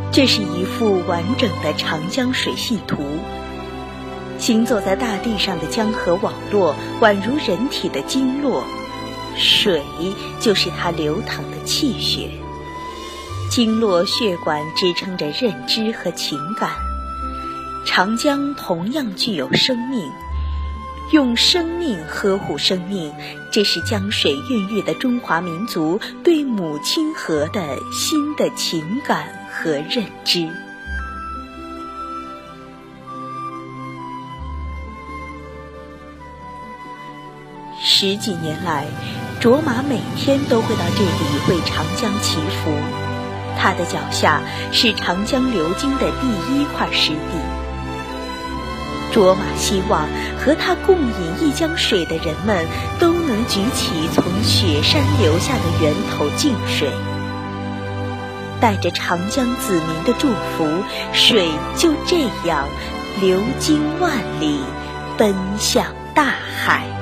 这是一幅完整的长江水系图。行走在大地上的江河网络，宛如人体的经络，水就是它流淌的气血。经络血管支撑着认知和情感，长江同样具有生命。用生命呵护生命，这是江水孕育的中华民族对母亲河的新的情感和认知。10几年来，卓玛每天都会到这里为长江祈福，他的脚下是长江流经的第一块湿地。卓玛希望和他共饮一江水的人们都能举起从雪山流下的源头净水，带着长江子民的祝福，水就这样流经万里，奔向大海。